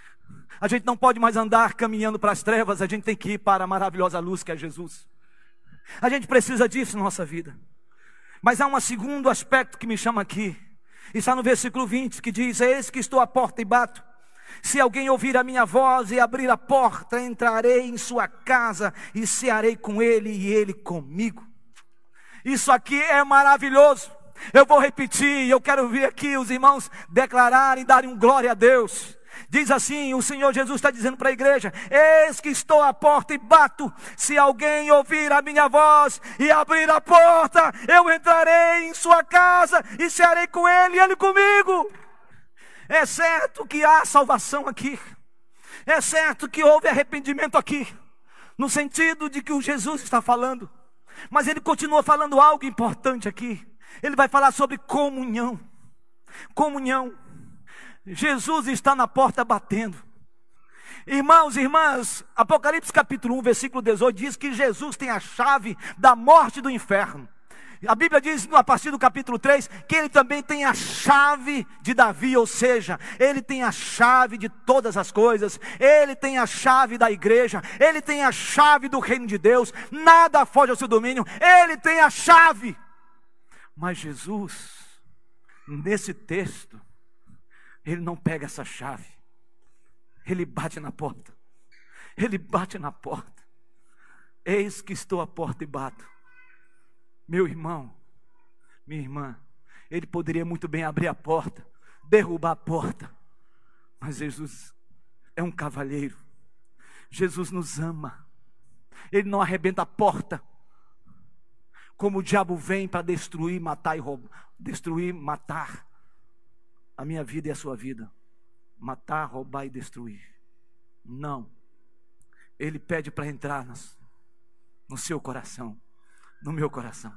A gente não pode mais andar caminhando para as trevas, a gente tem que ir para a maravilhosa luz que é Jesus. A gente precisa disso na nossa vida. Mas há um segundo aspecto que me chama aqui. Está no versículo vinte, que diz: eis que estou à porta e bato. Se alguém ouvir a minha voz e abrir a porta, entrarei em sua casa e cearei com ele e ele comigo. Isso aqui é maravilhoso. Eu vou repetir, e eu quero ver aqui os irmãos declararem, darem um glória a Deus. Diz assim, o Senhor Jesus está dizendo para a igreja: eis que estou à porta e bato. Se alguém ouvir a minha voz e abrir a porta, eu entrarei em sua casa e cearei com ele e ele comigo. É certo que há salvação aqui, é certo que houve arrependimento aqui, no sentido de que o Jesus está falando, mas ele continua falando algo importante aqui. Ele vai falar sobre comunhão. Comunhão. Jesus está na porta batendo. Irmãos e irmãs, Apocalipse capítulo um, versículo dezoito diz que Jesus tem a chave da morte e do inferno. A Bíblia diz, a partir do capítulo três, que Ele também tem a chave de Davi, ou seja, Ele tem a chave de todas as coisas, Ele tem a chave da igreja, Ele tem a chave do reino de Deus, nada foge ao seu domínio, Ele tem a chave. Mas Jesus, nesse texto, Ele não pega essa chave, Ele bate na porta, Ele bate na porta. Eis que estou à porta e bato. Meu irmão, minha irmã, Ele poderia muito bem abrir a porta, derrubar a porta, mas Jesus é um cavalheiro. Jesus nos ama. Ele não arrebenta a porta, como o diabo vem para destruir, matar e roubar. Destruir, matar a minha vida e a sua vida. Matar, roubar e destruir. Não. Ele pede para entrar nas, no seu coração, no meu coração.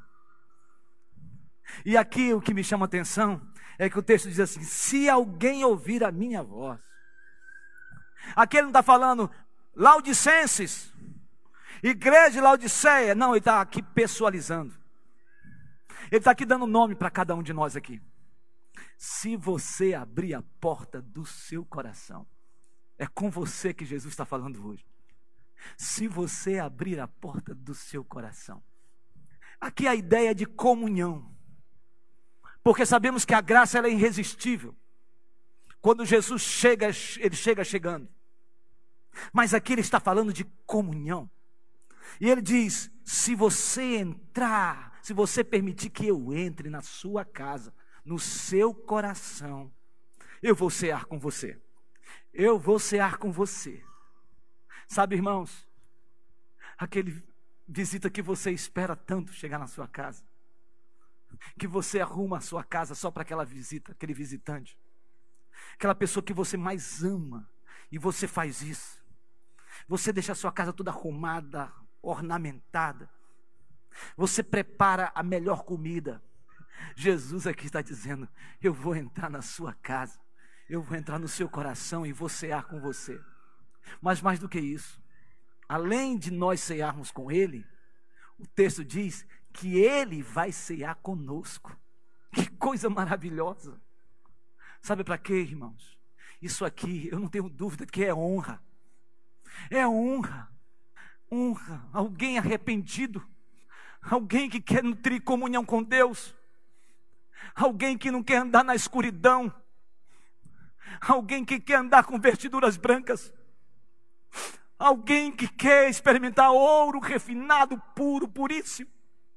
E aqui o que me chama a atenção é que o texto diz assim: se alguém ouvir a minha voz. Aqui ele não está falando Laodicenses, igreja de Laodiceia. Não, ele está aqui pessoalizando. Ele está aqui dando nome para cada um de nós aqui. Se você abrir a porta do seu coração, é com você que Jesus está falando hoje. Se você abrir a porta do seu coração. Aqui a ideia de comunhão, porque sabemos que a graça ela é irresistível. Quando Jesus chega, Ele chega chegando. Mas aqui Ele está falando de comunhão. E Ele diz: se você entrar, se você permitir que eu entre na sua casa, no seu coração, eu vou cear com você. Eu vou cear com você. Sabe, irmãos, aquele visita que você espera tanto chegar na sua casa, que você arruma a sua casa só para aquela visita, aquele visitante, aquela pessoa que você mais ama, e você faz isso. Você deixa a sua casa toda arrumada, ornamentada, você prepara a melhor comida. Jesus aqui está dizendo: eu vou entrar na sua casa, eu vou entrar no seu coração e vou cear com você. Mas mais do que isso, além de nós cearmos com Ele, o texto diz que Ele vai cear conosco. Que coisa maravilhosa! Sabe para quê, irmãos? Isso aqui, eu não tenho dúvida que é honra. É honra. Honra. Alguém arrependido. Alguém que quer nutrir comunhão com Deus. Alguém que não quer andar na escuridão. Alguém que quer andar com vestiduras brancas. Alguém que quer experimentar ouro refinado, puro, puríssimo.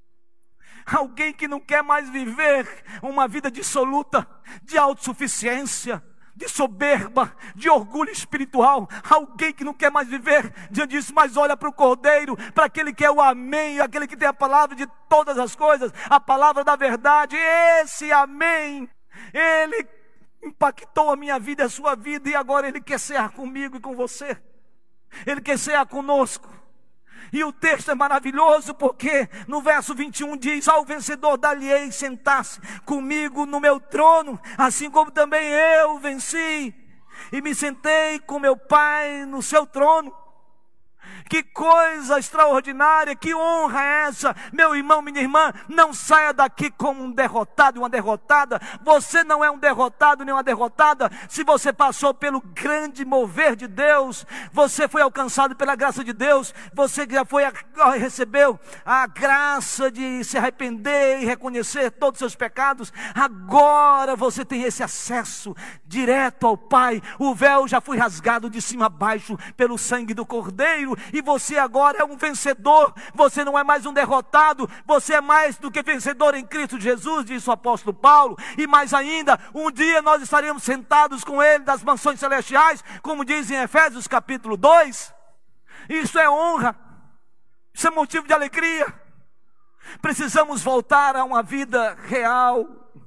Alguém que não quer mais viver uma vida dissoluta, de autossuficiência, de soberba, de orgulho espiritual. Alguém que não quer mais viver diante disso, mas olha para o Cordeiro, para aquele que é o amém, aquele que tem a palavra de todas as coisas, a palavra da verdade. Esse amém, ele impactou a minha vida e a sua vida, e agora ele quer cear comigo e com você. Ele quer cear conosco. E o texto é maravilhoso, porque no verso vinte e um diz: ao vencedor dar-lhe-ei sentar-se comigo no meu trono, assim como também eu venci e me sentei com meu Pai no seu trono. Que coisa extraordinária, que honra é essa, meu irmão, minha irmã. Não saia daqui como um derrotado e uma derrotada. Você não é um derrotado nem uma derrotada. Se você passou pelo grande mover de Deus, você foi alcançado pela graça de Deus, você já foi, recebeu a graça de se arrepender e reconhecer todos os seus pecados. Agora você tem esse acesso direto ao Pai. O véu já foi rasgado de cima a baixo pelo sangue do Cordeiro, e você agora é um vencedor. Você não é mais um derrotado, você é mais do que vencedor em Cristo Jesus, disse o apóstolo Paulo. E mais ainda, um dia nós estaremos sentados com Ele nas mansões celestiais, como diz em Efésios capítulo dois. Isso é honra, isso é motivo de alegria. Precisamos voltar a uma vida real,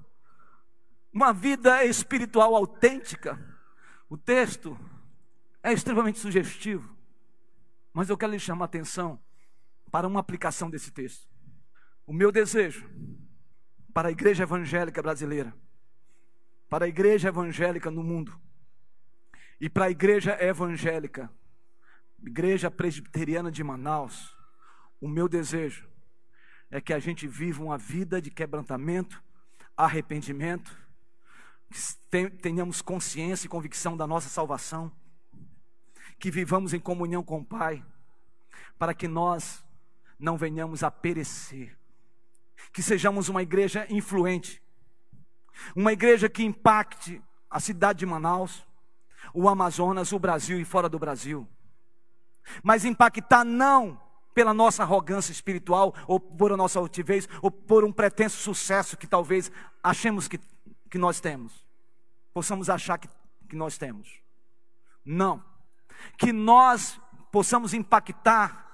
uma vida espiritual autêntica. O texto é extremamente sugestivo, mas eu quero lhe chamar a atenção para uma aplicação desse texto. O meu desejo para a igreja evangélica brasileira, para a igreja evangélica no mundo, e para a igreja evangélica, igreja presbiteriana de Manaus, o meu desejo é que a gente viva uma vida de quebrantamento, arrependimento, que tenhamos consciência e convicção da nossa salvação, que vivamos em comunhão com o Pai, para que nós não venhamos a perecer, que sejamos uma igreja influente, uma igreja que impacte a cidade de Manaus, o Amazonas, o Brasil e fora do Brasil, mas impactar não pela nossa arrogância espiritual, ou por a nossa altivez, ou por um pretenso sucesso que talvez achemos que, que nós temos, possamos achar que, que nós temos. Não. Que nós possamos impactar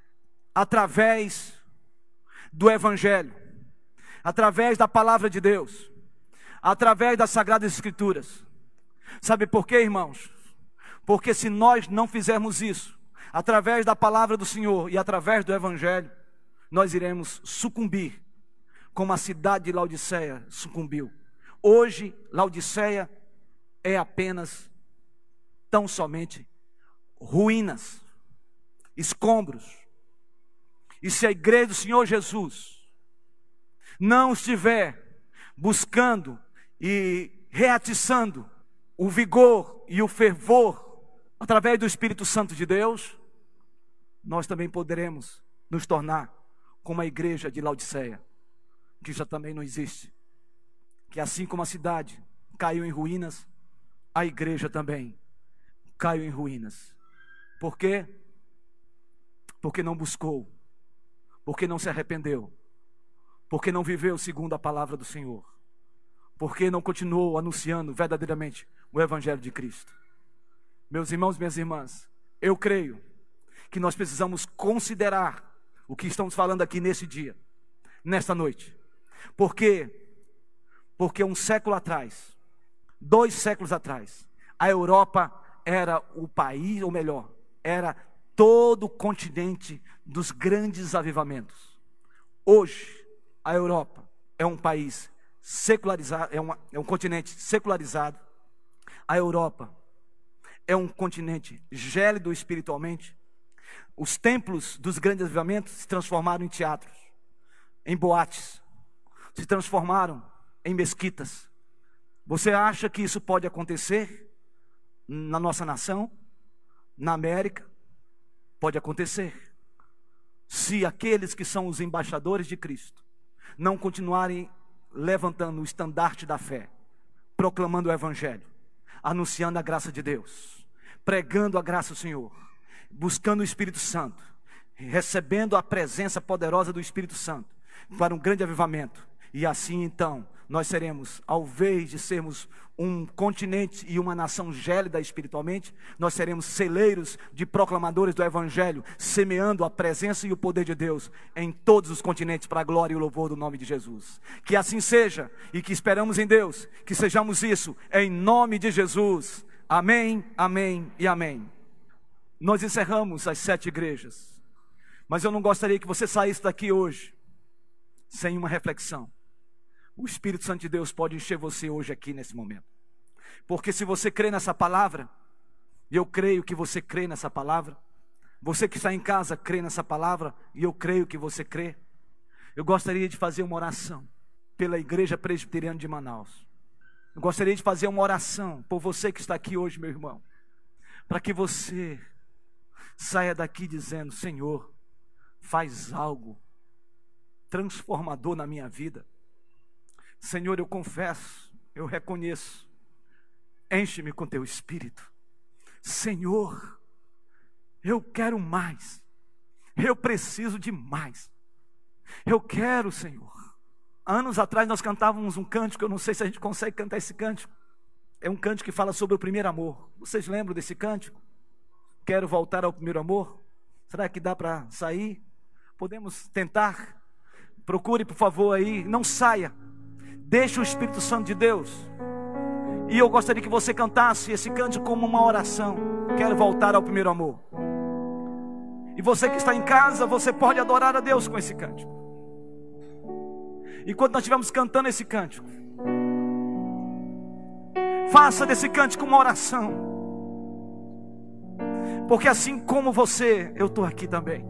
através do Evangelho, através da palavra de Deus, através das Sagradas Escrituras. Sabe por quê, irmãos? Porque se nós não fizermos isso, através da palavra do Senhor e através do Evangelho, nós iremos sucumbir, como a cidade de Laodiceia sucumbiu. Hoje, Laodiceia é apenas, tão somente, ruínas, escombros. E se a igreja do Senhor Jesus não estiver buscando e reatiçando o vigor e o fervor através do Espírito Santo de Deus, nós também poderemos nos tornar como a igreja de Laodiceia, que já também não existe. Que assim como a cidade caiu em ruínas, a igreja também caiu em ruínas. Por quê? Porque não buscou, porque não se arrependeu, porque não viveu segundo a palavra do Senhor, porque não continuou anunciando verdadeiramente o Evangelho de Cristo. Meus irmãos, minhas irmãs, eu creio que nós precisamos considerar o que estamos falando aqui nesse dia, nesta noite. Por quê? Porque um século atrás, dois séculos atrás, a Europa era o país, ou melhor, era todo o continente dos grandes avivamentos. Hoje, a Europa é um país secularizado, é, uma, é um continente secularizado. A Europa é um continente gélido espiritualmente. Os templos dos grandes avivamentos se transformaram em teatros, em boates, se transformaram em mesquitas. Você acha que isso pode acontecer na nossa nação? Na América? Pode acontecer. Se aqueles que são os embaixadores de Cristo não continuarem levantando o estandarte da fé, proclamando o Evangelho, anunciando a graça de Deus, pregando a graça do Senhor, buscando o Espírito Santo, recebendo a presença poderosa do Espírito Santo para um grande avivamento. E assim então nós seremos, ao invés de sermos um continente e uma nação gélida espiritualmente, nós seremos celeiros de proclamadores do Evangelho, semeando a presença e o poder de Deus em todos os continentes, para a glória e o louvor do nome de Jesus. Que assim seja, e que esperamos em Deus, que sejamos isso, em nome de Jesus. Amém, amém e amém. Nós encerramos as sete igrejas, mas eu não gostaria que você saísse daqui hoje sem uma reflexão. O Espírito Santo de Deus pode encher você hoje aqui nesse momento. Porque se você crê nessa palavra, e eu creio que você crê nessa palavra, você que está em casa crê nessa palavra, e eu creio que você crê, eu gostaria de fazer uma oração pela Igreja Presbiteriana de Manaus. Eu gostaria de fazer uma oração por você que está aqui hoje, meu irmão, para que você saia daqui dizendo: Senhor, faz algo transformador na minha vida. Senhor, eu confesso, eu reconheço, enche-me com teu Espírito. Senhor, eu quero mais, eu preciso de mais, eu quero, Senhor. Anos atrás nós cantávamos um cântico, eu não sei se a gente consegue cantar esse cântico, é um cântico que fala sobre o primeiro amor. Vocês lembram desse cântico? Quero voltar ao primeiro amor. Será que dá para sair? Podemos tentar? Procure, por favor, aí, não saia. Deixe o Espírito Santo de Deus. E eu gostaria que você cantasse esse cântico como uma oração. Quero voltar ao primeiro amor. E você que está em casa, você pode adorar a Deus com esse cântico. Enquanto nós estivermos cantando esse cântico, faça desse cântico uma oração. Porque assim como você, eu estou aqui também.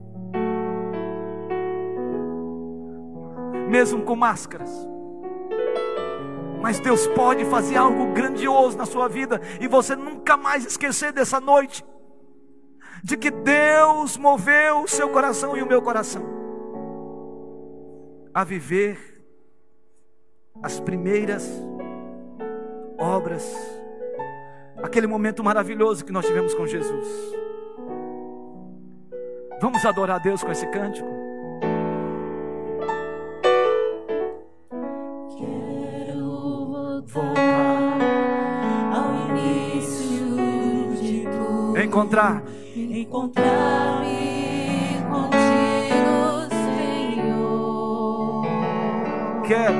Mesmo com máscaras, mas Deus pode fazer algo grandioso na sua vida, e você nunca mais esquecer dessa noite, de que Deus moveu o seu coração e o meu coração a viver as primeiras obras, aquele momento maravilhoso que nós tivemos com Jesus. Vamos adorar a Deus com esse cântico? Voltar ao início de tudo, Encontrar encontrar-me contigo, Senhor. Quero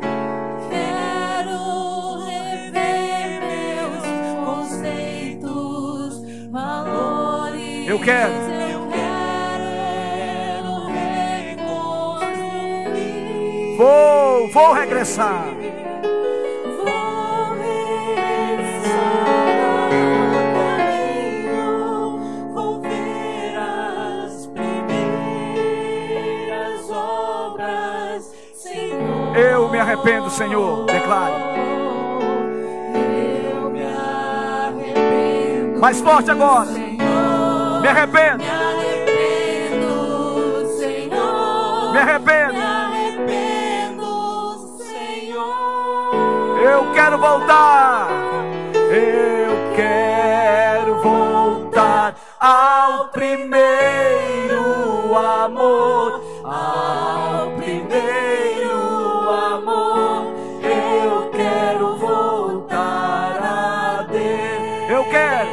Quero rever meus conceitos, valores. Eu quero. Eu quero reconstruir. Vou, vou regressar. Eu me arrependo, Senhor, declare. Eu me arrependo. Mais forte agora. Senhor, Me arrependo. me arrependo, Senhor. Me arrependo. Me arrependo, Senhor. Eu quero voltar. Eu quero voltar ao primeiro amor. Ao primeiro amor. Eu quero voltar a Deus. Eu quero.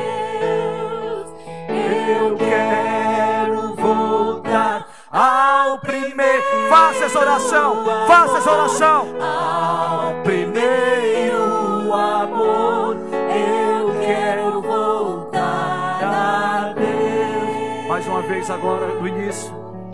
Eu quero voltar ao primeiro. Faça essa oração. Faça essa oração. Ao primeiro amor. Eu quero voltar a Deus. Mais uma vez agora no início.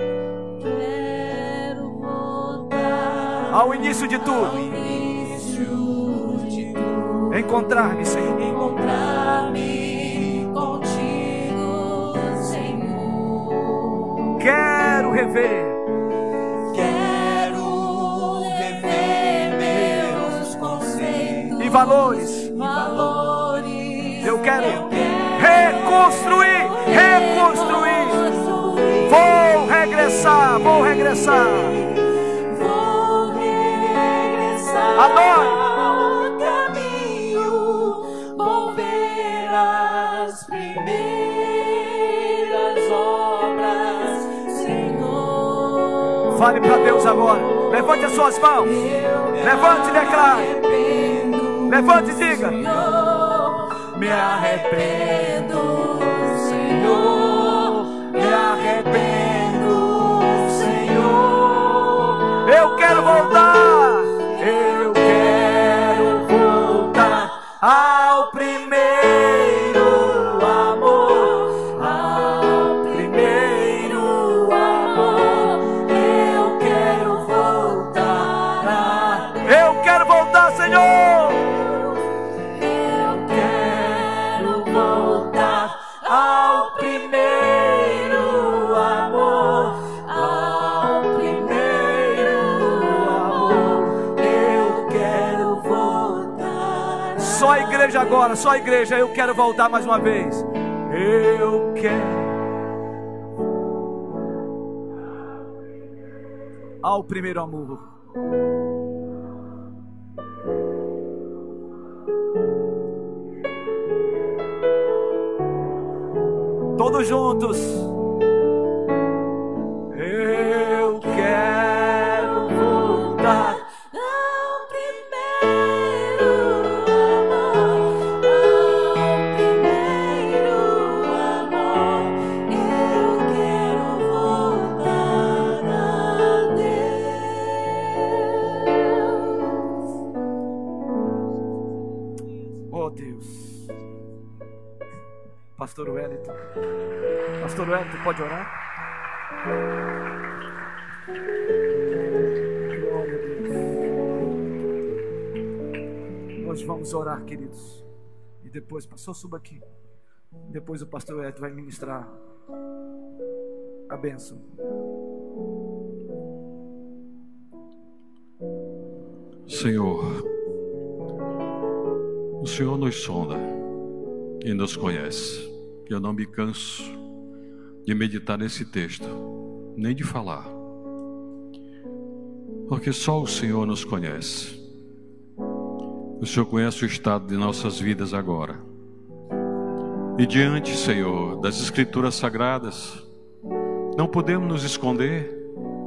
Quero voltar Ao início de ao tudo. início de tudo. Encontrar-me, Senhor. Encontrar-me contigo, Senhor. Quero rever. Quero rever meus conceitos E valores. e valores. Eu quero Eu quero reconstruir. Reconstruir. reconstruir. Vou regressar. Vou regressar. Vou regressar Adore. ao caminho, volver às primeiras Fale para Deus agora. Levante as suas mãos. Levante e declare. Levante e diga: me arrependo, Senhor, me arrependo, Senhor. Eu quero voltar. Eu quero voltar ao primeiro amor, ao primeiro amor. Eu quero voltar a Eu quero voltar, Senhor. Eu quero voltar ao primeiro amor, ao primeiro amor. Eu quero voltar. Só a igreja agora, só a igreja. Eu quero voltar mais uma vez. Eu quero ao primeiro amor. Todos juntos. Eu quero voltar Ao primeiro amor, ao primeiro amor. Eu quero voltar a Deus. Oh Deus. Pastor Wellington. Pastor Wellington, pode orar? Glória a Deus. Nós vamos orar, queridos. E depois, pastor, suba aqui. Depois o pastor Wellington vai ministrar a bênção. Senhor, o Senhor nos sonda e nos conhece. Eu não me canso de meditar nesse texto, nem de falar, porque só o Senhor nos conhece. O Senhor conhece o estado de nossas vidas agora. E diante, Senhor, das Escrituras Sagradas, não podemos nos esconder.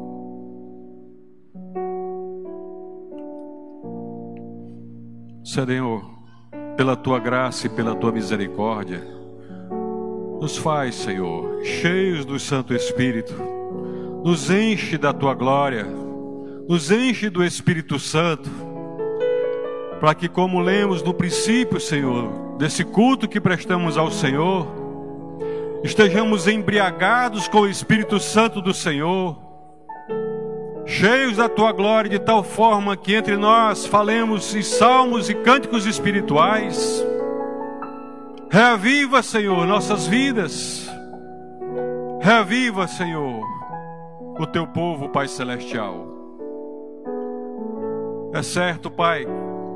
Senhor, pela Tua graça e pela Tua misericórdia, nos faz, Senhor, cheios do Santo Espírito, nos enche da Tua glória, nos enche do Espírito Santo, para que, como lemos no princípio, Senhor, desse culto que prestamos ao Senhor, estejamos embriagados com o Espírito Santo do Senhor, cheios da Tua glória, de tal forma que entre nós falemos em salmos e cânticos espirituais. Reaviva, Senhor, nossas vidas. Reaviva, Senhor, o Teu povo, Pai Celestial. É certo, Pai,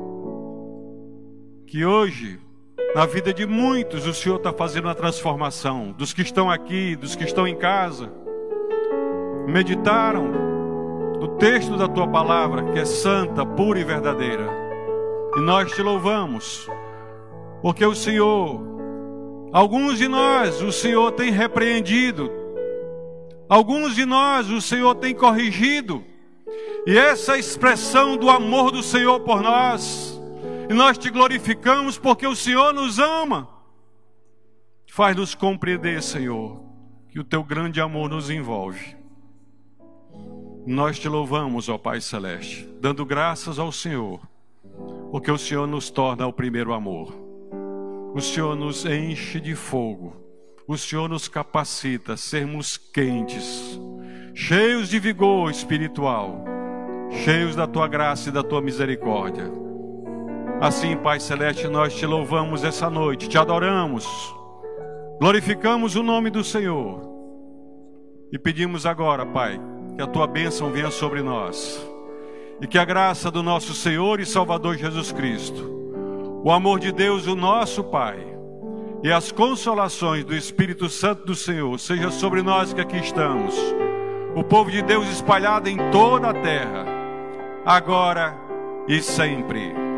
que hoje, na vida de muitos, o Senhor está fazendo uma transformação. Dos que estão aqui, dos que estão em casa, meditaram no texto da Tua palavra, que é santa, pura e verdadeira. E nós Te louvamos, porque o Senhor, alguns de nós, o Senhor tem repreendido, alguns de nós, o Senhor tem corrigido, e essa expressão do amor do Senhor por nós, e nós Te glorificamos porque o Senhor nos ama. Faz-nos compreender, Senhor, que o Teu grande amor nos envolve. Nós Te louvamos, ó Pai Celeste, dando graças ao Senhor, porque o Senhor nos torna o primeiro amor. O Senhor nos enche de fogo. O Senhor nos capacita a sermos quentes, cheios de vigor espiritual, cheios da Tua graça e da Tua misericórdia. Assim, Pai Celeste, nós Te louvamos essa noite, Te adoramos, glorificamos o nome do Senhor e pedimos agora, Pai, que a Tua bênção venha sobre nós e que a graça do nosso Senhor e Salvador Jesus Cristo, o amor de Deus, o nosso Pai, e as consolações do Espírito Santo do Senhor seja sobre nós que aqui estamos, o povo de Deus espalhado em toda a terra, agora e sempre.